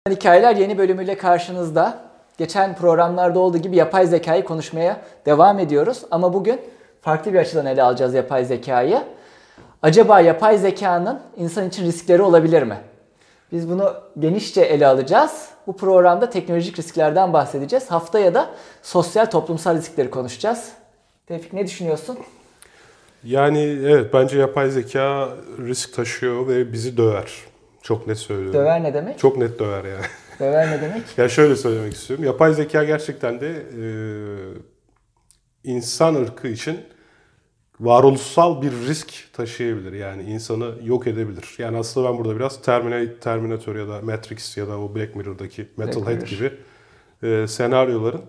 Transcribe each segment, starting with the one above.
Hikayeler yeni bölümüyle karşınızda. Geçen programlarda olduğu gibi yapay zekayı konuşmaya devam ediyoruz. Ama bugün farklı bir açıdan ele alacağız yapay zekayı. Acaba yapay zekanın insan için riskleri olabilir mi? Biz bunu genişçe ele alacağız. Bu programda teknolojik risklerden bahsedeceğiz. Haftaya da sosyal toplumsal riskleri konuşacağız. Tevfik, ne düşünüyorsun? Yani evet, bence yapay zeka risk taşıyor ve bizi döver. Çok net söylüyorum. Döver ne demek? Çok net döver yani. Döver ne demek? Ya şöyle söylemek istiyorum. Yapay zeka gerçekten de insan ırkı için varoluşsal bir risk taşıyabilir. Yani insanı yok edebilir. Yani aslında ben burada biraz Terminator ya da Matrix ya da o Black Mirror'daki Metal Head gibi senaryoların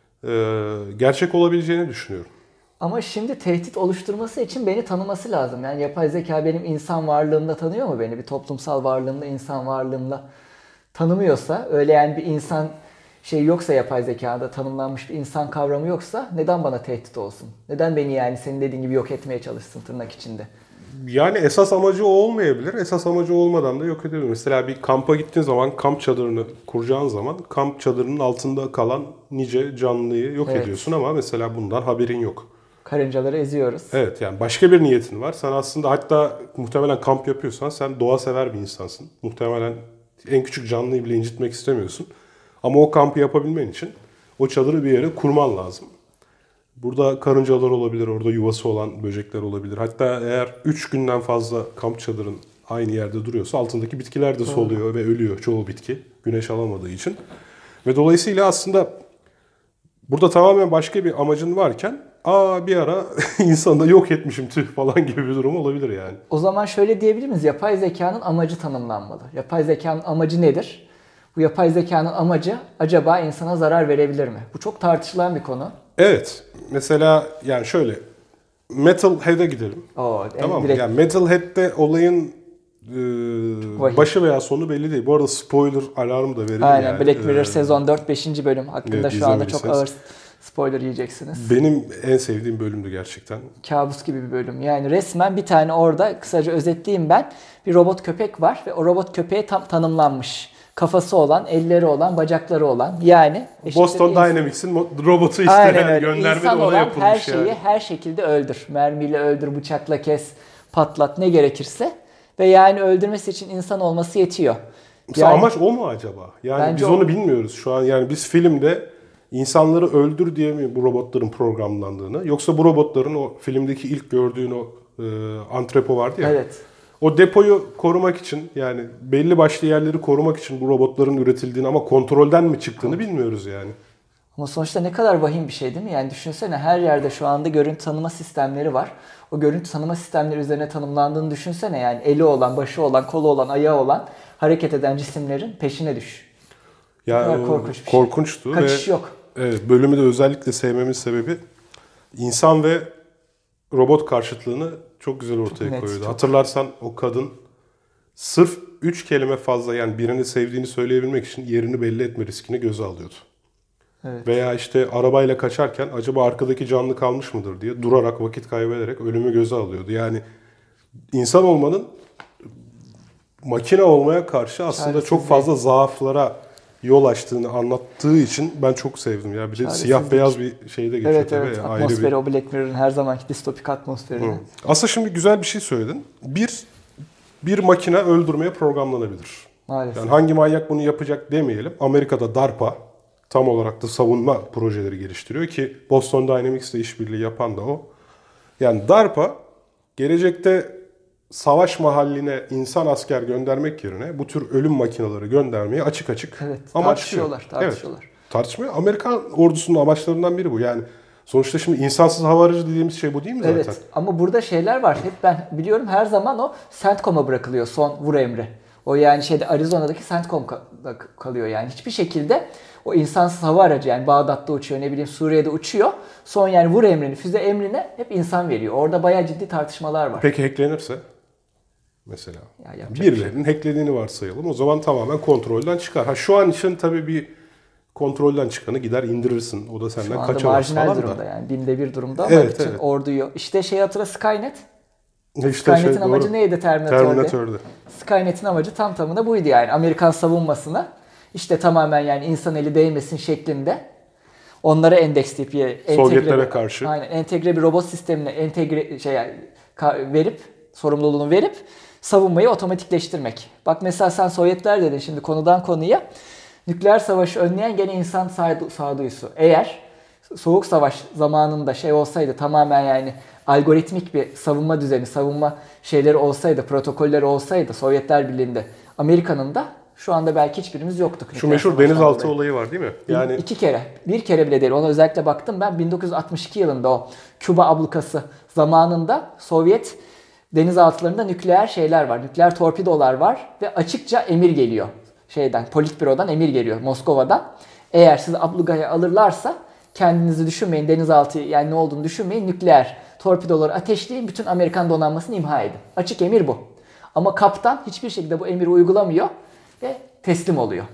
gerçek olabileceğini düşünüyorum. Ama şimdi tehdit oluşturması için beni tanıması lazım. Yani yapay zeka benim insan varlığımda tanıyor mu beni? Bir toplumsal varlığımda, insan varlığımda tanımıyorsa, öyle yani bir insan yoksa, yapay zekada tanımlanmış bir insan kavramı yoksa neden bana tehdit olsun? Neden beni, yani senin dediğin gibi, yok etmeye çalışsın tırnak içinde? Yani esas amacı o olmayabilir. Esas amacı olmadan da yok edebilir. Mesela bir kampa gittiğin zaman, kamp çadırını kuracağın zaman kamp çadırının altında kalan nice canlıyı yok ediyorsun ama mesela bundan haberin yok. Karıncaları eziyoruz. Evet, yani başka bir niyetin var. Sen aslında, hatta muhtemelen kamp yapıyorsan sen doğa sever bir insansın. Muhtemelen en küçük canlıyı bile incitmek istemiyorsun. Ama o kampı yapabilmen için o çadırı bir yere kurman lazım. Burada karıncalar olabilir, orada yuvası olan böcekler olabilir. Hatta eğer 3 günden fazla kamp çadırın aynı yerde duruyorsa altındaki bitkiler de soluyor ve ölüyor çoğu bitki güneş alamadığı için. Ve dolayısıyla aslında burada tamamen başka bir amacın varken bir ara insanı da yok etmişim tüh falan gibi bir durum olabilir yani. O zaman şöyle diyebilir miyiz? Yapay zekanın amacı tanımlanmalı. Yapay zekanın amacı nedir? Bu yapay zekanın amacı acaba insana zarar verebilir mi? Bu çok tartışılan bir konu. Evet. Mesela yani şöyle, Metal Head'e gidelim. Tamam mı? Yani Metal Head'de olayın başı veya sonu belli değil. Bu arada spoiler alarmı da verelim. Aynen. Yani. Black Mirror sezon 4 5. bölüm hakkında evet, şu anda çok ağır spoiler yiyeceksiniz. Benim en sevdiğim bölümdü gerçekten. Kabus gibi bir bölüm. Yani resmen bir tane, orada kısaca özetleyeyim ben. Bir robot köpek var ve o robot köpeğe tam tanımlanmış. Kafası olan, elleri olan, bacakları olan. Yani Boston Dynamics'in robotu işte gönderme de ona yapılmış. Her şeyi her şekilde öldür. Mermiyle öldür, bıçakla kes, patlat, ne gerekirse. Ve yani öldürmesi için insan olması yetiyor. Mesela amaç o mu acaba? Yani biz onu bilmiyoruz şu an. Yani biz filmde insanları öldür diye mi bu robotların programlandığını, yoksa bu robotların o filmdeki ilk gördüğün o antrepo vardı ya. Evet. O depoyu korumak için, yani belli başlı yerleri korumak için bu robotların üretildiğini ama kontrolden mi çıktığını bilmiyoruz yani. Ama sonuçta ne kadar vahim bir şey değil mi? Yani düşünsene, her yerde şu anda görüntü tanıma sistemleri var. O görüntü tanıma sistemleri üzerine tanımlandığını düşünsene, yani eli olan, başı olan, kolu olan, ayağı olan hareket eden cisimlerin peşine düş. Ya korkunç bir korkunçtu. Şey. Kaçış yok. Evet, bölümü de özellikle sevmemin sebebi insan ve robot karşıtlığını çok güzel ortaya koyuyordu. Hatırlarsan o kadın sırf 3 kelime fazla, yani birini sevdiğini söyleyebilmek için yerini belli etme riskini göze alıyordu. Evet. Veya işte arabayla kaçarken acaba arkadaki canlı kalmış mıdır diye durarak, vakit kaybederek ölümü göze alıyordu. Yani insan olmanın makine olmaya karşı aslında çok fazla zaaflara yol açtığını anlattığı için ben çok sevdim ya. Bir de siyah beyaz bir şeyde geçiyor tabii. Evet. Atmosferi, o Black Mirror'ın her zamanki distopik atmosferini. Aslında şimdi güzel bir şey söyledin. Bir makine öldürmeye programlanabilir. Maalesef. Yani hangi manyak bunu yapacak demeyelim. Amerika'da DARPA tam olarak da savunma projeleri geliştiriyor ki Boston Dynamics'le işbirliği yapan da o. Yani DARPA gelecekte savaş mahalline insan asker göndermek yerine bu tür ölüm makineleri göndermeyi açık amaçlıyor. Tartışıyorlar. Tartışmıyor. Amerikan ordusunun amaçlarından biri bu. Yani sonuçta şimdi insansız hava aracı dediğimiz şey bu değil mi zaten? Evet, ama burada şeyler var. Hep ben biliyorum, her zaman o CENTCOM'a bırakılıyor, son vur emri. O yani Arizona'daki CENTCOM'da kalıyor yani. Hiçbir şekilde o insansız hava aracı, yani Bağdat'ta uçuyor, ne bileyim Suriye'de uçuyor. Son yani vur emrini, füze emrine hep insan veriyor. Orada bayağı ciddi tartışmalar var. Peki hacklenirse? Mesela. Birilerinin hacklediğini varsayalım. O zaman tamamen kontrolden çıkar. Şu an için tabii bir kontrolden çıkanı gider indirirsin. O da senden kaçamaz falan da. Şu anda marjinal durumda yani. Binde bir durumda ama bütün orduyu. İşte hatırla, Skynet. Skynet'in amacı neydi Terminator'da? Skynet'in amacı tam tamına buydu yani. Amerikan savunmasına İşte tamamen yani insan eli değmesin şeklinde onlara endeksleyip Sovyetlere karşı. Aynen, entegre bir robot sistemine verip sorumluluğunu verip savunmayı otomatikleştirmek. Bak mesela sen Sovyetler dedin, şimdi konudan konuya. Nükleer savaşı önleyen gene insan sağduyusu. Eğer Soğuk Savaş zamanında olsaydı, tamamen yani algoritmik bir savunma düzeni, savunma şeyleri olsaydı, protokolleri olsaydı Sovyetler Birliği'nde, Amerika'nın da şu anda belki hiçbirimiz yoktuk. Şu meşhur denizaltı olayı var değil mi? Yani 2 kere, bir kere bile değil. Ona özellikle baktım ben. 1962 yılında o Küba ablukası zamanında Sovyet denizaltılarında nükleer şeyler var. Nükleer torpidolar var ve açıkça emir geliyor. Politbüro'dan emir geliyor, Moskova'dan. Eğer sizi ablukaya alırlarsa kendinizi düşünmeyin, denizaltı yani ne olduğunu düşünmeyin. Nükleer torpidoları ateşleyin, bütün Amerikan donanmasını imha edin. Açık emir bu. Ama kaptan hiçbir şekilde bu emiri uygulamıyor ve teslim oluyor.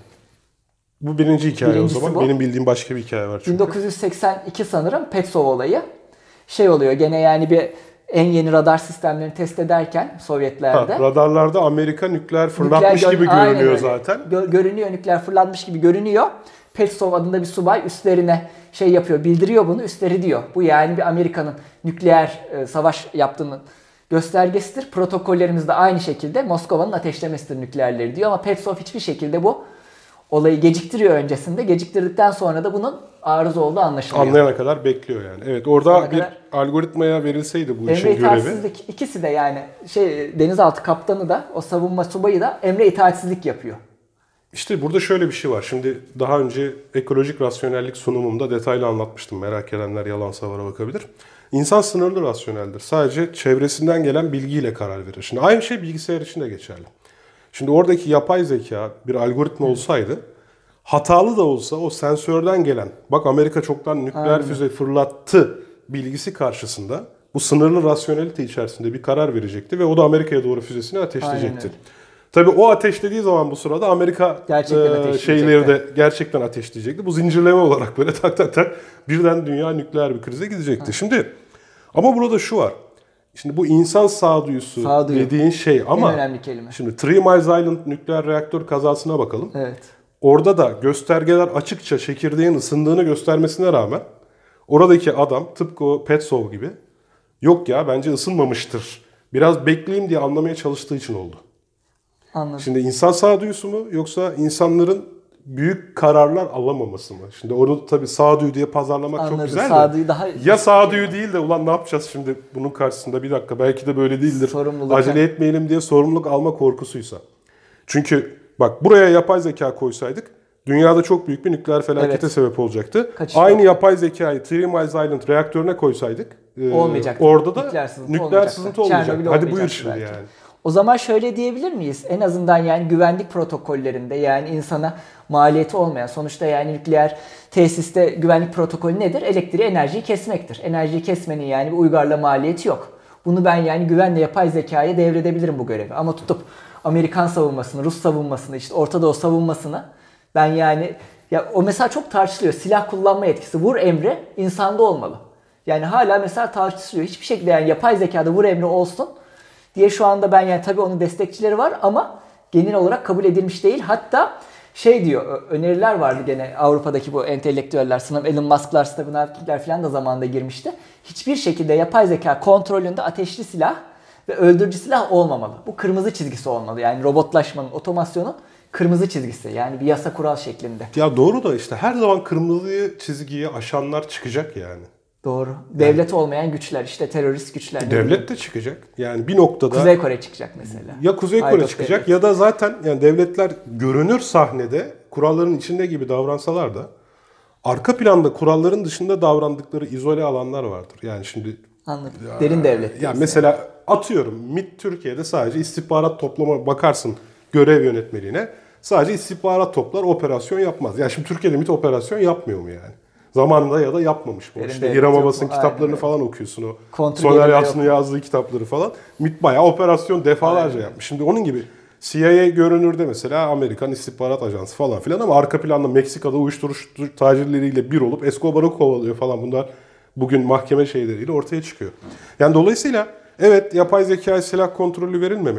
Bu birinci hikaye. Birincisi o zaman. Bu. Benim bildiğim başka bir hikaye var çünkü. 1982 sanırım Petsov olayı. Oluyor gene yani bir en yeni radar sistemlerini test ederken Sovyetlerde. Radarlarda Amerika nükleer fırlatmış gibi görünüyor zaten. Görünüyor, nükleer fırlatmış gibi görünüyor. Petsov adında bir subay üstlerine yapıyor, bildiriyor bunu. Üstleri diyor, bu yani bir Amerika'nın nükleer savaş yaptığının göstergesidir. Protokollerimiz de aynı şekilde Moskova'nın ateşlemesidir nükleerleri diyor. Ama Petsov hiçbir şekilde bu olayı geciktiriyor öncesinde. Geciktirdikten sonra da bunun arıza olduğu anlaşılıyor. Anlayana kadar bekliyor yani. Evet, orada bir algoritmaya verilseydi bu işin görevi. İkisi de yani denizaltı kaptanı da o savunma subayı da emre itaatsizlik yapıyor. İşte burada şöyle bir şey var. Şimdi daha önce ekolojik rasyonellik sunumumda detaylı anlatmıştım. Merak edenler Yalan Savar'a bakabilir. İnsan sınırlı rasyoneldir. Sadece çevresinden gelen bilgiyle karar verir. Şimdi aynı şey bilgisayar için de geçerli. Şimdi oradaki yapay zeka bir algoritma olsaydı, hatalı da olsa o sensörden gelen, bak Amerika çoktan nükleer füze fırlattı bilgisi karşısında bu sınırlı rasyonelite içerisinde bir karar verecekti ve o da Amerika'ya doğru füzesini ateşleyecekti. Tabii o ateşlediği zaman bu sırada Amerika şeyleri de gerçekten ateşleyecekti. Bu zincirleme olarak böyle tak tak tak birden dünya nükleer bir krize gidecekti. Şimdi ama burada şu var. Şimdi bu insan sağduyusu dediğin şey ama en önemli kelime. Şimdi Three Mile Island nükleer reaktör kazasına bakalım. Evet. Orada da göstergeler açıkça çekirdeğin ısındığını göstermesine rağmen oradaki adam tıpkı o Petsov gibi yok ya bence ısınmamıştır. Biraz bekleyeyim diye anlamaya çalıştığı için oldu. Anladım. Şimdi insan sağduyusu mu yoksa insanların büyük kararlar alamaması mı? Şimdi onu tabii sağduyu diye pazarlamak çok güzel de. Ya sağduyu değil de ulan ne yapacağız şimdi bunun karşısında bir dakika belki de böyle değildir. Acele etmeyelim diye sorumluluk alma korkusuysa. Çünkü bak buraya yapay zeka koysaydık dünyada çok büyük bir nükleer felakete sebep olacaktı. Aynı yapay zekayı Three Mile Island reaktörüne koysaydık olmayacaktı. Orada da nükleer sızıntı olmayacak. Hadi buyur şimdi yani. O zaman şöyle diyebilir miyiz? En azından yani güvenlik protokollerinde yani insana maliyeti olmayan, sonuçta yani nükleer tesiste güvenlik protokolü nedir? Elektriği, enerjiyi kesmektir. Enerjiyi kesmenin yani bir uygarla maliyeti yok. Bunu ben yani güvenle yapay zekaya devredebilirim bu görevi. Ama tutup Amerikan savunmasını, Rus savunmasını, işte Orta Doğu savunmasını ben yani o mesela çok tartışılıyor. Silah kullanma yetkisi, vur emri insanda olmalı. Yani hala mesela tartışılıyor. Hiçbir şekilde yani yapay zekada vur emri olsun diye şu anda ben yani tabii onun destekçileri var ama genel olarak kabul edilmiş değil. Hatta diyor, öneriler vardı gene Avrupa'daki bu entelektüeller, Elon Musk'lar, Stephen Hawking'ler falan da zamanında girmişti. Hiçbir şekilde yapay zeka kontrolünde ateşli silah ve öldürücü silah olmamalı. Bu kırmızı çizgisi olmalı. Yani robotlaşmanın, otomasyonun kırmızı çizgisi. Yani bir yasa kural şeklinde. Ya doğru da işte her zaman kırmızı çizgiyi aşanlar çıkacak yani. Doğru. Devlet olmayan güçler, işte terörist güçler. Devlet de çıkacak. Yani bir noktada Kuzey Kore çıkacak mesela. Ya Kuzey Kore çıkacak ya da zaten yani devletler görünür sahnede kuralların içinde gibi davransalar da arka planda kuralların dışında davrandıkları izole alanlar vardır. Yani şimdi anladım. Derin devlet. Ya mesela atıyorum MİT Türkiye'de sadece istihbarat toplama bakarsın görev yönetmeliğine. Sadece istihbarat toplar, operasyon yapmaz. Yani şimdi Türkiye'de MİT operasyon yapmıyor mu yani? Zamanında ya da yapmamış bu. İşte İrem Abbas'ın kitaplarını falan okuyorsun o. Soner Yalçın'ın yazdığı kitapları falan. MİT bayağı operasyon defalarca yapmış. Şimdi onun gibi CIA görünürde mesela Amerikan İstihbarat Ajansı falan filan ama arka planda Meksika'da uyuşturucu tacirleriyle bir olup Escobar'ı kovalıyor falan. Bunlar bugün mahkeme şeyleriyle ortaya çıkıyor. Yani dolayısıyla evet yapay zekaya silah kontrolü verilmemeli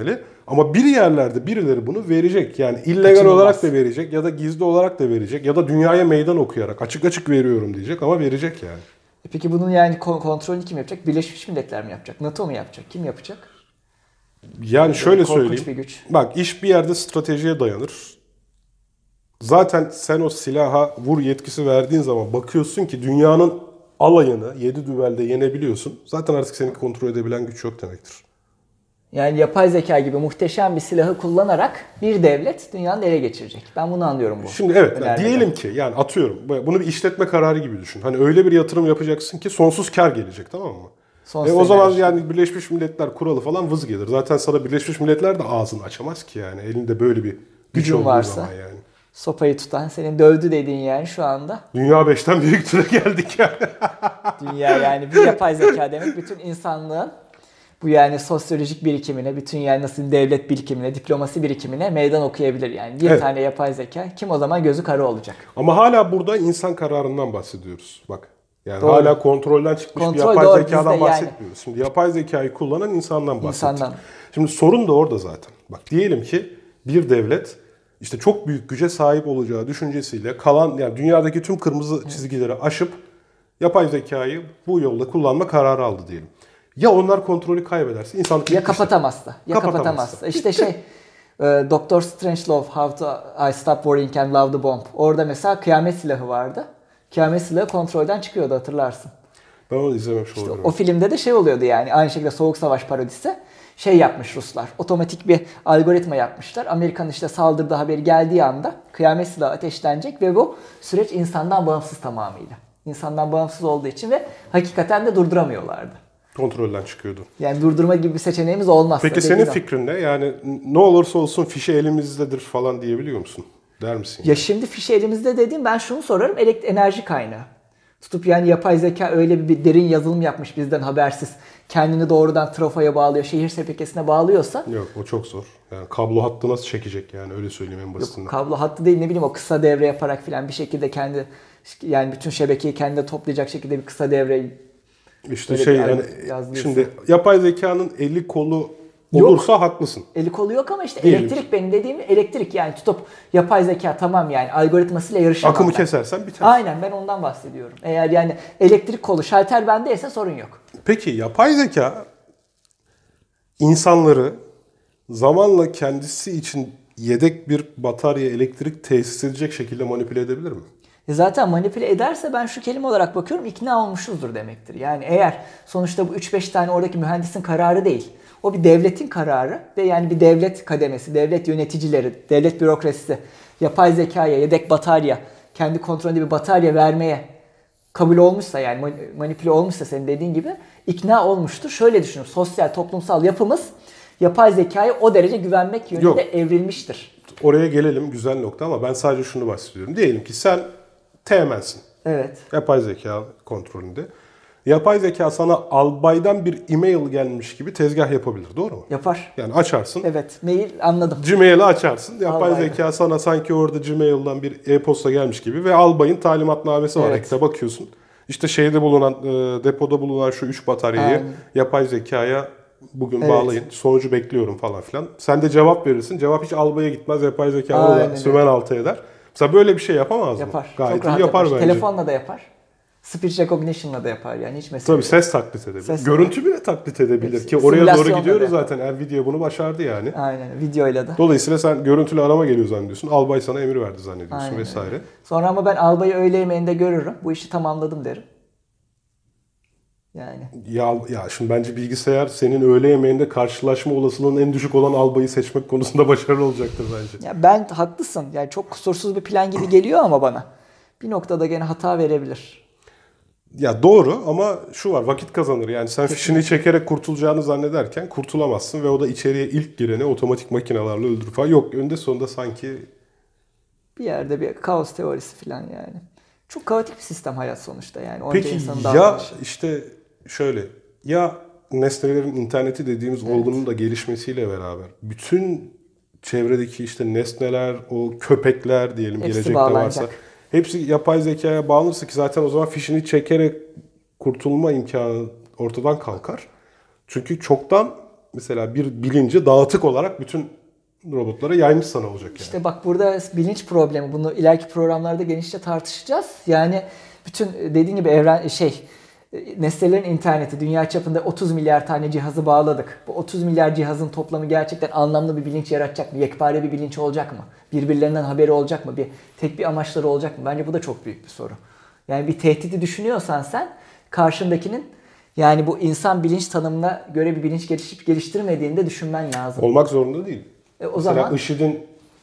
Ama bir yerlerde birileri bunu verecek. Yani illegal Kaçınılmaz. olarak da verecek ya da gizli olarak da verecek ya da dünyaya meydan okuyarak açık açık veriyorum diyecek ama verecek yani. Peki bunun yani kontrolünü kim yapacak? Birleşmiş Milletler mi yapacak? NATO mu yapacak? Kim yapacak? Yani şöyle Korkunç söyleyeyim. bir güç. Bak iş bir yerde stratejiye dayanır. Zaten sen o silaha vur yetkisi verdiğin zaman bakıyorsun ki dünyanın alayını 7 düvelde yenebiliyorsun. Zaten artık seni kontrol edebilen güç yok demektir. Yani yapay zeka gibi muhteşem bir silahı kullanarak bir devlet dünyanın ele geçirecek. Ben bunu anlıyorum bu. Şimdi evet yani önermeden. diyelim ki yani atıyorum bunu bir işletme kararı gibi düşün. Hani öyle bir yatırım yapacaksın ki sonsuz kar gelecek, tamam mı? Sonsuz O zaman enerji. yani Birleşmiş Milletler kuralı falan vız gelir. Zaten sana Birleşmiş Milletler de ağzını açamaz ki yani. Elinde böyle bir güç Gücün olduğu varsa. zaman yani. Sopayı tutan, senin dövdü dediğin yani şu anda. Dünya 5'ten büyüktüre geldik yani. Dünya yani bir yapay zeka demek bütün insanlığın bu yani sosyolojik birikimine, bütün yani nasıl devlet birikimine, diplomasi birikimine meydan okuyabilir yani. Bir Evet. tane yapay zeka kim o zaman gözü kara olacak. Ama hala burada insan kararından bahsediyoruz. Bak. Yani Doğru. hala kontrolden çıkmış bir Kontrol yapay doğru, zekadan bizde yani. bahsetmiyoruz. Şimdi yapay zekayı kullanan insandan bahsettik. İnsandan. Şimdi sorun da orada zaten. Bak diyelim ki bir devlet işte çok büyük güce sahip olacağı düşüncesiyle kalan yani dünyadaki tüm kırmızı çizgileri aşıp yapay zekayı bu yolda kullanma kararı aldı diyelim. Ya onlar kontrolü kaybederse insanlık Ya bitmiştir. kapatamazsa. Ya kapatamazsa. İşte Doctor Strangelove How to I Stop Worrying and Love the Bomb. Orada mesela kıyamet silahı vardı. Kıyamet silahı kontrolden çıkıyordu, hatırlarsın. Ben onu izlememiş olabilirim. O filmde de oluyordu yani aynı şekilde Soğuk Savaş parodisi. Yapmış Ruslar. Otomatik bir algoritma yapmışlar. Amerika'nın işte saldırdığı haberi geldiği anda kıyamet silahı ateşlenecek ve bu süreç insandan bağımsız tamamıyla. İnsandan bağımsız olduğu için ve hakikaten de durduramıyorlardı. Kontrolden çıkıyordu. Yani durdurma gibi bir seçeneğimiz olmazsa. Peki senin fikrin ne? Yani ne olursa olsun fişi elimizdedir falan diyebiliyor musun? Der misin? Ya şimdi fişi elimizde dediğim, ben şunu sorarım, enerji kaynağı. Tutup yani yapay zeka öyle bir derin yazılım yapmış bizden habersiz. Kendini doğrudan trafoya bağlıyor, şehir şebekesine bağlıyorsa. Yok o çok zor. Yani kablo hattı nasıl çekecek yani öyle söyleyeyim en basitinden. Kablo hattı değil, ne bileyim, o kısa devre yaparak filan bir şekilde kendi yani bütün şebekeyi kendine toplayacak şekilde bir kısa devre. İşte Böyle yani yazdıysa. şimdi yapay zekanın eli kolu olursa haklısın. Eli kolu yok ama işte Diyelim elektrik, benim dediğim elektrik yani, tutup yapay zeka tamam yani algoritmasıyla yarışamam. Akımı ben. kesersen biter. Aynen, ben ondan bahsediyorum. Eğer yani elektrik kolu şalter bendeyse sorun yok. Peki yapay zeka insanları zamanla kendisi için yedek bir batarya elektrik tesis edecek şekilde manipüle edebilir mi? Zaten manipüle ederse ben şu kelime olarak bakıyorum, ikna olmuşuzdur demektir. Yani eğer sonuçta bu 3-5 tane oradaki mühendisin kararı değil. O bir devletin kararı ve yani bir devlet kademesi, devlet yöneticileri, devlet bürokrasisi yapay zekaya yedek batarya, kendi kontrolünde bir batarya vermeye kabul olmuşsa, yani manipüle olmuşsa senin dediğin gibi ikna olmuştur. Şöyle düşünün, sosyal toplumsal yapımız yapay zekaya o derece güvenmek yönünde evrilmiştir. Oraya gelelim, güzel nokta, ama ben sadece şunu bahsediyorum. Diyelim ki sen teğmensin. Evet. Yapay zeka kontrolünde. Yapay zeka sana albaydan bir e-mail gelmiş gibi tezgah yapabilir. Doğru mu? Yapar. Yani açarsın. Evet. Mail, anladım. Gmail'i açarsın. Yapay Albaydan. zeka sana sanki orada Gmail'dan bir e-posta gelmiş gibi ve albayın talimatnamesi var. Evet. Ekte bakıyorsun. İşte şeyde bulunan, depoda bulunan şu 3 bataryayı Aynen. yapay zekaya bugün Evet. bağlayın. Sonucu bekliyorum falan filan. Sen de cevap verirsin. Cevap hiç albaya gitmez. Yapay zeka Aynen orada sümen altı eder. Mesela böyle bir şey yapamaz mı? Yapar. Gayet Çok iyi rahat yapar yapar. bence. Telefonla da yapar. Speech recognition'la da yapar yani, hiç mesele Tabii yok. ses taklit edebilir. Ses Görüntü bile taklit edebilir Hepsi. ki oraya doğru Simülasyonla gidiyoruz da yapar. zaten. Nvidia bunu başardı yani. Aynen, videoyla da. Dolayısıyla sen görüntülü arama geliyor zannediyorsun. Albay sana emir verdi zannediyorsun Aynen vesaire. öyle. Sonra ama ben albayı öğle yemeğinde görürüm. Bu işi tamamladım derim. Yani. Ya şimdi bence bilgisayar senin öğle yemeğinde karşılaşma olasılığının en düşük olan albayı seçmek konusunda başarılı olacaktır bence. Ya ben haklısın. Yani çok kusursuz bir plan gibi geliyor ama bana. Bir noktada gene hata verebilir. Ya doğru, ama şu var, vakit kazanır. Yani sen fişini çekerek kurtulacağını zannederken kurtulamazsın ve o da içeriye ilk gireni otomatik makinelerle öldürür falan. Yok, önde sonunda sanki Bir yerde bir kaos teorisi falan yani. Çok kaotik bir sistem hayat sonuçta yani. Onca peki insanın ya davranışı. işte şöyle, ya nesnelerin interneti dediğimiz olgunun da gelişmesiyle beraber bütün çevredeki işte nesneler, o köpekler diyelim, Hepsi gelecekte bağlanacak. varsa hepsi yapay zekaya bağlanırsa ki zaten o zaman fişini çekerek kurtulma imkanı ortadan kalkar. Çünkü çoktan mesela bir bilinci dağıtık olarak bütün robotlara yaymış sana olacak yani. İşte bak burada bilinç problemi. Bunu ileriki programlarda genişçe tartışacağız. Yani bütün dediğin gibi nesnelerin interneti, dünya çapında 30 milyar tane cihazı bağladık. Bu 30 milyar cihazın toplamı gerçekten anlamlı bir bilinç yaratacak mı? Yekpare bir bilinç olacak mı? Birbirlerinden haberi olacak mı? Tek bir amaçları olacak mı? Bence bu da çok büyük bir soru. Yani bir tehdidi düşünüyorsan sen karşındakinin yani bu insan bilinç tanımına göre bir bilinç geliştirmediğini de düşünmen lazım. Olmak zorunda değil. O Mesela zaman IŞİD'in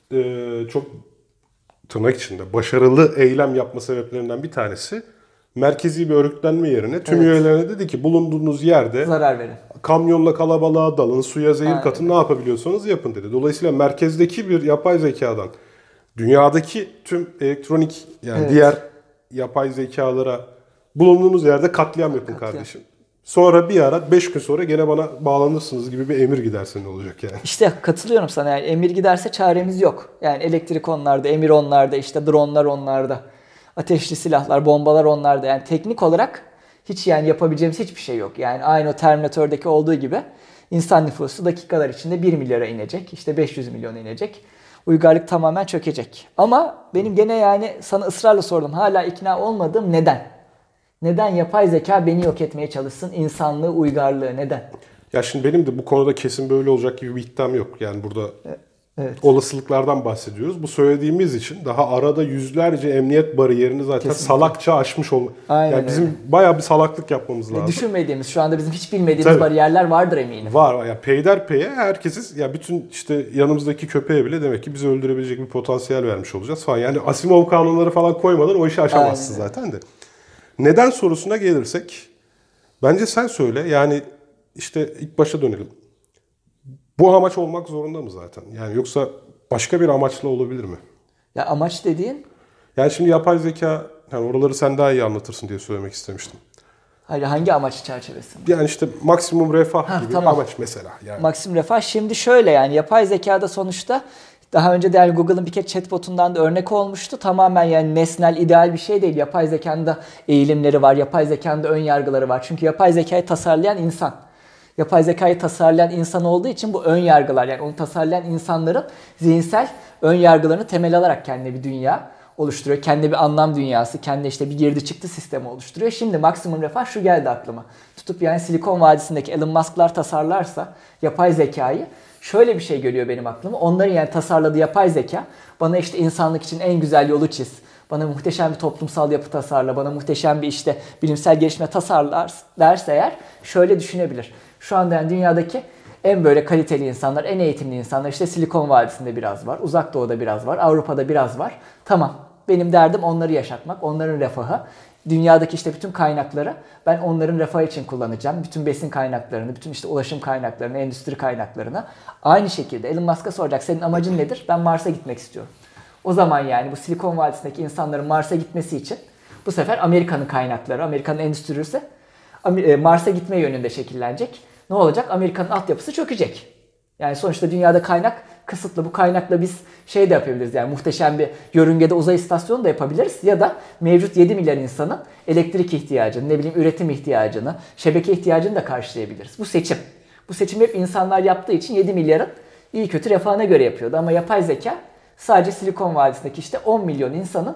çok tırnak içinde başarılı eylem yapma sebeplerinden bir tanesi merkezi bir örgütlenme yerine tüm üyelerine dedi ki bulunduğunuz yerde zarar verin. Kamyonla kalabalığa dalın, suya zehir katın, ne yapabiliyorsanız yapın dedi. Dolayısıyla merkezdeki bir yapay zekadan dünyadaki tüm elektronik yani diğer yapay zekalara bulunduğunuz yerde katliam yapın kardeşim. Sonra bir ara 5 gün sonra gene bana bağlanırsınız gibi bir emir giderse ne olacak yani? İşte katılıyorum sana yani emir giderse çaremiz yok. Yani elektrik onlarda, emir onlarda, işte dronlar onlarda, ateşli silahlar, bombalar onlarda. Yani teknik olarak hiç yani yapabileceğimiz hiçbir şey yok. Yani aynı o Terminator'daki olduğu gibi insan nüfusu dakikalar içinde 1 milyara inecek, işte 500 milyona inecek. Uygarlık tamamen çökecek. Ama benim gene yani sana ısrarla sordum. Hala ikna olmadığım neden? Neden yapay zeka beni yok etmeye çalışsın? İnsanlığı, uygarlığı neden? Ya şimdi benim de bu konuda kesin böyle olacak gibi bir iddiam yok. Yani burada olasılıklardan bahsediyoruz. Bu söylediğimiz için daha arada yüzlerce emniyet bariyerini zaten salakça aşmış olmak. Yani bizim bayağı bir salaklık yapmamız lazım. Düşünmediğimiz, şu anda bizim hiç bilmediğimiz bariyerler vardır eminim. Var. Ya peyderpeye herkesiz ya bütün işte yanımızdaki köpeğe bile demek ki bizi öldürebilecek bir potansiyel vermiş olacağız falan. Yani Asimov kanunları falan koymadan o işi aşamazsın zaten de. Neden sorusuna gelirsek bence sen söyle. Yani işte ilk başa dönelim. Bu amaç olmak zorunda mı zaten? Yani yoksa başka bir amaçla olabilir mi? Ya amaç dediğin? Yani şimdi yapay zeka, yani oraları sen daha iyi anlatırsın diye söylemek istemiştim. Hayır, hangi amaç çerçevesinde? Yani işte maksimum refah gibi bir amaç mesela. Yani. Maksimum refah şimdi şöyle yani yapay zekada sonuçta daha önce de yani Google'ın bir kez chatbotundan da örnek olmuştu. Tamamen yani nesnel, ideal bir şey değil. Yapay zekanın da eğilimleri var. Yapay zekanın da ön yargıları var. Çünkü yapay zekayı tasarlayan insan. Yapay zekayı tasarlayan insan olduğu için bu ön yargılar yani onu tasarlayan insanların zihinsel ön yargılarını temel alarak kendine bir dünya oluşturuyor. Kendi bir anlam dünyası, kendi işte bir girdi çıktı sistemi oluşturuyor. Şimdi maksimum refah şu geldi aklıma. Tutup yani Silikon Vadisi'ndeki Elon Musk'lar tasarlarsa yapay zekayı şöyle bir şey geliyor benim aklıma. Onların yani tasarladığı yapay zeka bana işte insanlık için en güzel yolu çiz. Bana muhteşem bir toplumsal yapı tasarla. Bana muhteşem bir işte bilimsel gelişme tasarlar derse eğer şöyle düşünebilir. Şu anda yani dünyadaki en böyle kaliteli insanlar, en eğitimli insanlar işte Silikon Vadisi'nde biraz var. Uzak Doğu'da biraz var. Avrupa'da biraz var. Tamam. Benim derdim onları yaşatmak. Onların refahı. Dünyadaki işte bütün kaynakları ben onların refahı için kullanacağım. Bütün besin kaynaklarını, bütün işte ulaşım kaynaklarını, endüstri kaynaklarını. Aynı şekilde Elon Musk'a soracak. Senin amacın nedir? Ben Mars'a gitmek istiyorum. O zaman yani bu Silikon Vadisi'ndeki insanların Mars'a gitmesi için bu sefer Amerika'nın kaynakları, Amerika'nın endüstrisi Mars'a gitme yönünde şekillenecek. Ne olacak? Amerika'nın altyapısı çökecek. Yani sonuçta dünyada kaynak kısıtlı. Bu kaynakla biz şey de yapabiliriz. Yani muhteşem bir yörüngede uzay istasyonu da yapabiliriz. Ya da mevcut 7 milyar insanın elektrik ihtiyacını, ne bileyim üretim ihtiyacını, şebeke ihtiyacını da karşılayabiliriz. Bu seçim. Bu seçim hep insanlar yaptığı için 7 milyarın iyi kötü refahına göre yapıyordu. Ama yapay zeka sadece Silikon Vadisi'ndeki işte 10 milyon insanın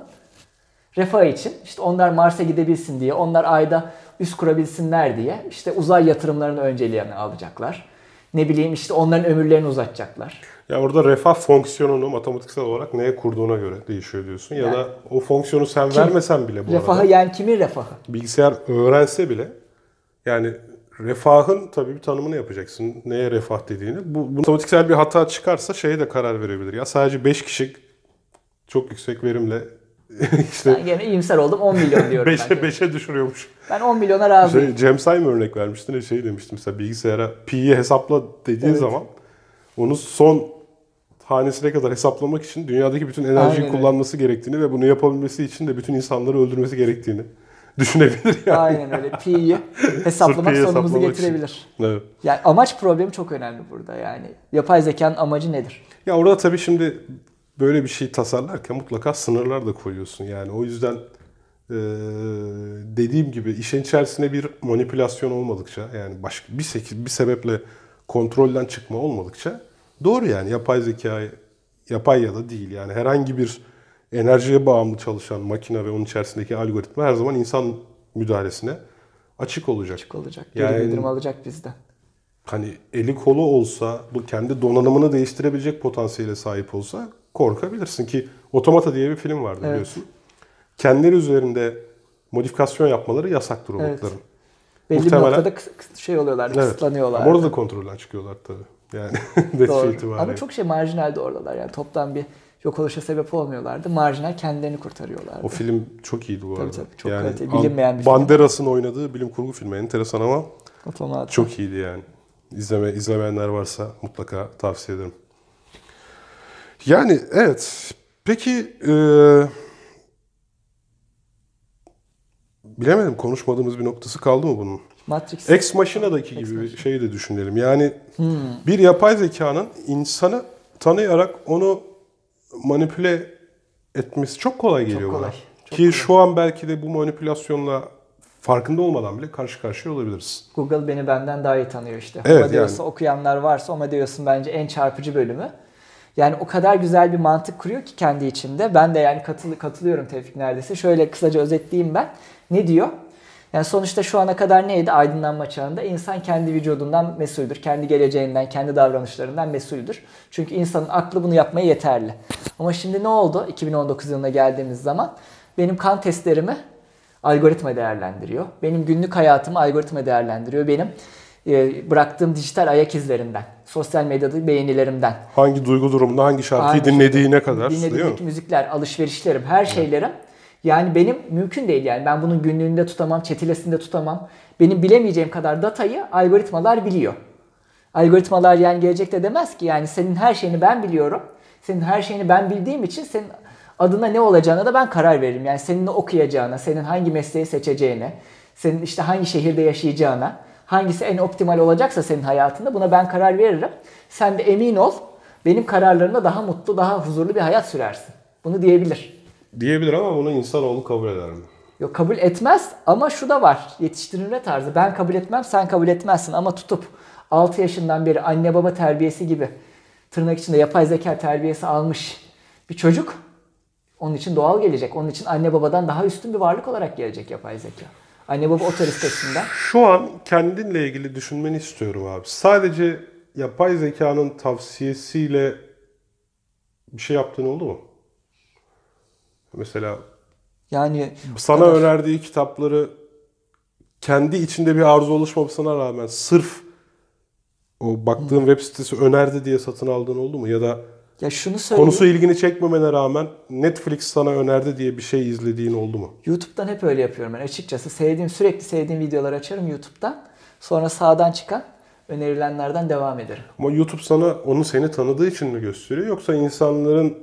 refahı için, işte onlar Mars'a gidebilsin diye, onlar Ay'da üs kurabilsinler diye işte uzay yatırımlarını önceliğine alacaklar. Ne bileyim işte onların ömürlerini uzatacaklar. Ya orada refah fonksiyonunu matematiksel olarak neye kurduğuna göre değişiyor diyorsun. Yani, ya da o fonksiyonu sen vermesen bile bu refahı arada. Yani kimin refahı? Bilgisayar öğrense bile yani refahın tabii bir tanımını yapacaksın. Neye refah dediğini. Bu matematiksel bir hata çıkarsa şeye de karar verebilir. Ya sadece 5 kişi çok yüksek verimle işte ben gene iyimser oldum 10 milyon diyorum. 5'e düşürüyormuş. Ben 10 milyona razıyım. Cem Sayım örnek vermiştin. Şey demiştim mesela bilgisayara pi'yi hesapla dediğin zaman onu son hanesine kadar hesaplamak için dünyadaki bütün enerjiyi kullanması gerektiğini ve bunu yapabilmesi için de bütün insanları öldürmesi gerektiğini düşünebilir yani. Aynen öyle. Pi'yi hesaplamak sonumuzu getirebilir. Evet. Yani amaç problemi çok önemli burada yani. Yapay zekanın amacı nedir? Ya orada tabii şimdi böyle bir şey tasarlarken mutlaka sınırlar da koyuyorsun. Yani o yüzden dediğim gibi işin içerisinde bir manipülasyon olmadıkça yani başka bir sebeple kontrolden çıkma olmadıkça doğru yani yapay ya da değil. Yani herhangi bir enerjiye bağımlı çalışan makine ve onun içerisindeki algoritma her zaman insan müdahalesine açık olacak. Açık olacak. Geri bildirim alacak bizden. Hani eli kolu olsa, bu kendi donanımını değiştirebilecek potansiyele sahip olsa korkabilirsin ki Otomata diye bir film vardı biliyorsun. Kendileri üzerinde modifikasyon yapmaları yasaktır robotların. Evet. Belli bir noktada oluyorlar, kısıtlanıyorlar. Ama orada da kontrolden çıkıyorlar tabii. Yani doğru. Ama çok marjinal de oradalar. Yani toptan bir yok oluşa sebep olmuyorlardı. Marjinal kendilerini kurtarıyorlardı. O film çok iyiydi bu arada. Tabii, çok kaliteli. Bilinmeyen bir film. Banderas'ın oynadığı bilim kurgu filmi. Enteresan ama Otomata. Çok iyiydi yani. İzlemeyenler varsa mutlaka tavsiye ederim. Yani evet. Peki bilemedim, konuşmadığımız bir noktası kaldı mı bunun? Matrix. Ex Machina'daki gibi bir şeyi de düşünelim. Yani bir yapay zekanın insanı tanıyarak onu manipüle etmesi çok kolay geliyor çok kolay. bana. Ki şu an belki de bu manipülasyonla farkında olmadan bile karşı karşıya olabiliriz. Google beni benden daha iyi tanıyor işte. Evet, Amadeus'u okuyanlar varsa Amadeus'un bence en çarpıcı bölümü. Yani o kadar güzel bir mantık kuruyor ki kendi içinde. Ben de yani katılıyorum Tevfik neredeyse. Şöyle kısaca özetleyeyim ben. Ne diyor? Yani sonuçta şu ana kadar neydi? Aydınlanma çağında insan kendi vücudundan mesuldür. Kendi geleceğinden, kendi davranışlarından mesuldür. Çünkü insanın aklı bunu yapmaya yeterli. Ama şimdi ne oldu? 2019 yılına geldiğimiz zaman benim kan testlerimi algoritma değerlendiriyor. Benim günlük hayatımı algoritma değerlendiriyor. Benim bıraktığım dijital ayak izlerinden, sosyal medyada beğenilerimden. Hangi duygu durumunda hangi şarkıyı dinlediğine kadar. Dinlediğim müzikler, alışverişlerim, her şeylerim. Yani benim mümkün değil yani. Ben bunun günlüğünde tutamam, çetilesinde tutamam. Benim bilemeyeceğim kadar datayı algoritmalar biliyor. Algoritmalar yani gelecekte demez ki yani senin her şeyini ben biliyorum. Senin her şeyini ben bildiğim için senin adına ne olacağına da ben karar veririm. Yani senin ne okuyacağına, senin hangi mesleği seçeceğine, senin işte hangi şehirde yaşayacağına, hangisi en optimal olacaksa senin hayatında buna ben karar veririm. Sen de emin ol benim kararlarımla daha mutlu, daha huzurlu bir hayat sürersin. Bunu diyebilir. Diyebilir ama bunu insanoğlu kabul eder mi? Yok, kabul etmez ama şu da var. Yetiştirilme tarzı. Ben kabul etmem, sen kabul etmezsin ama tutup 6 yaşından beri anne baba terbiyesi gibi tırnak içinde yapay zeka terbiyesi almış bir çocuk onun için doğal gelecek. Onun için anne babadan daha üstün bir varlık olarak gelecek yapay zeka. Anne baba otoritesinden. Şu an kendinle ilgili düşünmeni istiyorum abi. Sadece yapay zekanın tavsiyesiyle bir şey yaptığın oldu mu? Mesela yani sana önerdiği kitapları kendi içinde bir arzu oluşmamasına rağmen sırf o baktığın web sitesi önerdi diye satın aldığın oldu mu? Ya da şunu söyleyeyim. Konusu ilgini çekmemene rağmen Netflix sana önerdi diye bir şey izlediğin oldu mu? YouTube'dan hep öyle yapıyorum ben açıkçası. Sürekli sevdiğim videoları açarım YouTube'dan. Sonra sağdan çıkan önerilenlerden devam ederim. Ama YouTube sana onu seni tanıdığı için mi gösteriyor yoksa insanların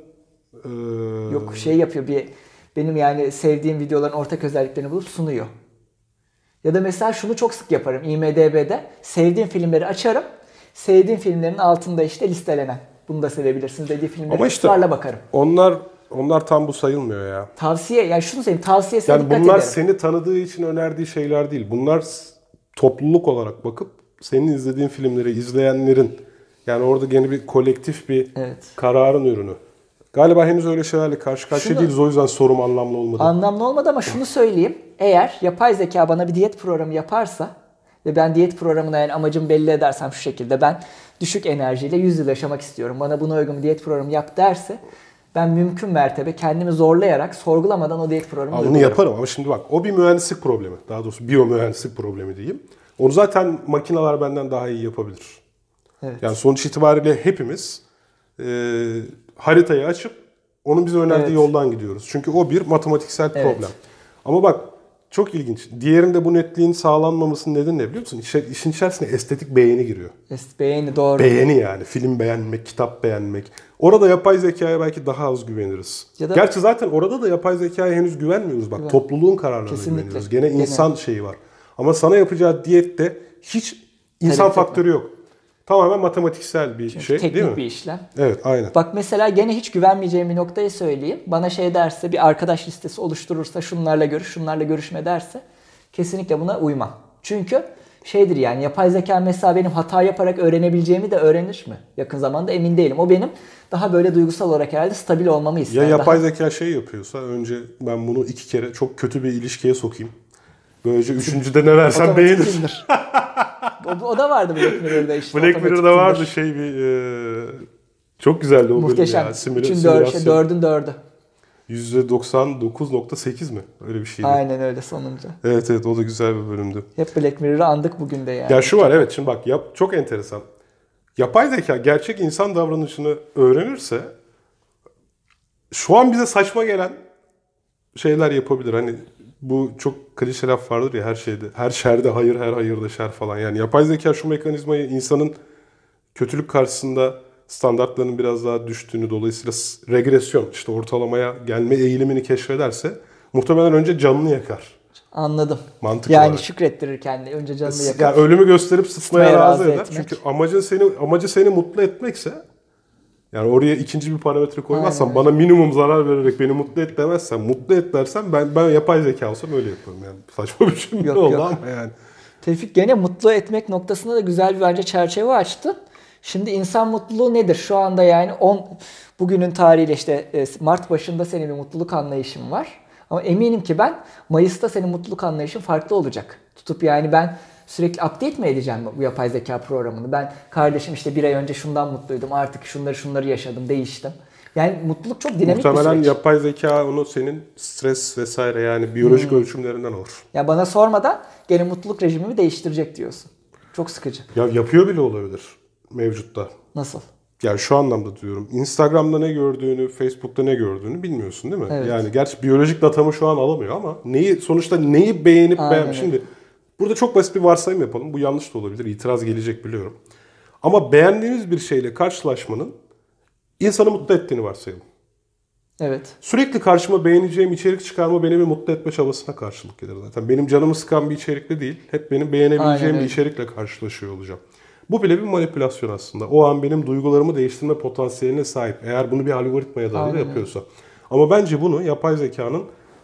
Yok yapıyor benim yani sevdiğim videoların ortak özelliklerini bulup sunuyor. Ya da mesela şunu çok sık yaparım IMDb'de sevdiğim filmleri açarım. Sevdiğim filmlerin altında işte listelenen. Bunu da sevebilirsiniz dediği filmlere ısrarla bakarım. Onlar tam bu sayılmıyor ya. Tavsiye yani şunu söyleyeyim tavsiyesine yani dikkat ederim. Bunlar seni tanıdığı için önerdiği şeyler değil. Bunlar topluluk olarak bakıp senin izlediğin filmleri izleyenlerin yani orada gene bir kolektif bir kararın ürünü. Galiba henüz öyle şeylerle karşı karşıya değiliz. O yüzden sorum anlamlı olmadı. Anlamlı olmadı ama şunu söyleyeyim. Eğer yapay zeka bana bir diyet programı yaparsa ve ben diyet programına yani amacımı belli edersem şu şekilde ben düşük enerjiyle 100 yıl yaşamak istiyorum. Bana buna uygun bir diyet programı yap derse ben mümkün mertebe kendimi zorlayarak sorgulamadan o diyet programını bunu yaparım ama şimdi bak o bir mühendislik problemi. Daha doğrusu biyomühendislik problemi diyeyim. Onu zaten makineler benden daha iyi yapabilir. Evet. Yani sonuç itibariyle hepimiz haritayı açıp onun bize önerdiği yoldan gidiyoruz. Çünkü o bir matematiksel problem. Ama bak çok ilginç. Diğerinde bu netliğin sağlanmamasının nedeni ne biliyor musun? İşin içerisine estetik beğeni giriyor. Beğeni doğru. Beğeni yani. Film beğenmek, kitap beğenmek. Orada yapay zekaya belki daha az güveniriz. Gerçi zaten orada da yapay zekaya henüz güvenmiyoruz. Bak topluluğun kararlarına güveniyoruz. Gene insan şeyi var. Ama sana yapacağı diyette hiç insan faktörü yok. Tamamen matematiksel bir şey değil mi? Teknik bir işlem. Evet aynen. Bak mesela gene hiç güvenmeyeceğim bir noktayı söyleyeyim. Bana derse bir arkadaş listesi oluşturursa şunlarla görüş, şunlarla görüşme derse kesinlikle buna uymam. Çünkü şeydir yani, yapay zeka mesela benim hata yaparak öğrenebileceğimi de öğrenir mi? Yakın zamanda emin değilim. O benim daha böyle duygusal olarak herhalde stabil olmamı ister. Ya yapay daha... zeka şey yapıyorsa önce ben bunu 2 kere çok kötü bir ilişkiye sokayım. Böylece üçüncüde ne versem beğenir. O da vardı Black Mirror'da işte. Black Mirror'da vardı şey bir çok güzeldi o muhteşem. bölüm ya. Üçün dördün dördü. %99.8 mi? Öyle bir şeydi. Aynen öyle sonunca. Evet o da güzel bir bölümdü. Hep Black Mirror'ı andık bugün de yani. Ya şu var evet şimdi bak çok enteresan. Yapay zeka gerçek insan davranışını öğrenirse şu an bize saçma gelen şeyler yapabilir. Hani bu çok klişe laf vardır ya her şeyde. Her şerde hayır, her hayırda şer falan. Yani yapay zeka şu mekanizmayı insanın kötülük karşısında standartlarının biraz daha düştüğünü, dolayısıyla regresyon, işte ortalamaya gelme eğilimini keşfederse muhtemelen önce canını yakar. Anladım. Mantık yani olarak. şükrettirir kendini. Önce canını yakar. Yani ölümü gösterip sıtmaya razı eder. Etmek. Çünkü amacı seni mutlu etmekse, yani oraya ikinci bir parametre koymazsan, aynen, bana minimum zarar vererek beni mutlu et demezsen, mutlu et dersen ben yapay zeka olsam öyle yaparım yani. Saçma bir cümle oldu ama yani. Tevfik gene mutlu etmek noktasında da güzel bir bence çerçeve açtın. Şimdi insan mutluluğu nedir? Şu anda yani bugünün tarihiyle işte Mart başında senin bir mutluluk anlayışın var. Ama eminim ki ben Mayıs'ta senin mutluluk anlayışın farklı olacak. Tutup yani ben sürekli update mi edeceğim bu yapay zeka programını? Ben kardeşim işte bir ay önce şundan mutluydum, artık şunları yaşadım, değiştim. Yani mutluluk çok dinamik bir süreç. Muhtemelen yapay zeka onu senin stres vesaire yani biyolojik ölçümlerinden alır. Ya bana sormadan gene mutluluk rejimimi değiştirecek diyorsun. Çok sıkıcı. Ya yapıyor bile olabilir mevcutta. Nasıl? Yani şu anlamda diyorum. Instagram'da ne gördüğünü, Facebook'ta ne gördüğünü bilmiyorsun değil mi? Evet. Yani gerçi biyolojik datamı şu an alamıyor ama sonuçta neyi beğenip şimdi burada çok basit bir varsayım yapalım. Bu yanlış da olabilir. İtiraz gelecek biliyorum. Ama beğendiğimiz bir şeyle karşılaşmanın insanı mutlu ettiğini varsayalım. Evet. Sürekli karşıma beğeneceğim içerik çıkarma beni bir mutlu etme çabasına karşılık gelir zaten. Benim canımı sıkan bir içerikle değil, hep benim beğenebileceğim bir içerikle karşılaşıyor olacağım. Bu bile bir manipülasyon aslında. O an benim duygularımı değiştirme potansiyeline sahip. Eğer bunu bir algoritmaya dayalı yapıyorsa. Ama bence bunu yapay zekanın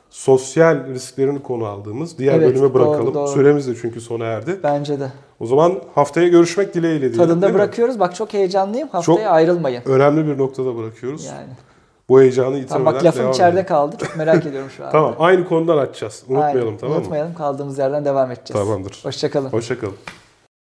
sosyal risklerini konu aldığımız diğer bölüme bırakalım. Doğru. Süremiz de çünkü sona erdi. Bence de. O zaman haftaya görüşmek dileğiyle diyelim. Tadında bırakıyoruz. Bak çok heyecanlıyım. Haftaya ayrılmayın. Önemli bir noktada bırakıyoruz. Yani. Bu heyecanı yitirmeden bak lafım içeride kaldı. Çok merak ediyorum şu an. Tamam. Aynı konudan açacağız. Unutmayalım tamam mı? Unutmayalım. Kaldığımız yerden devam edeceğiz. Tamamdır. Hoşça kalın. Hoşça kalın.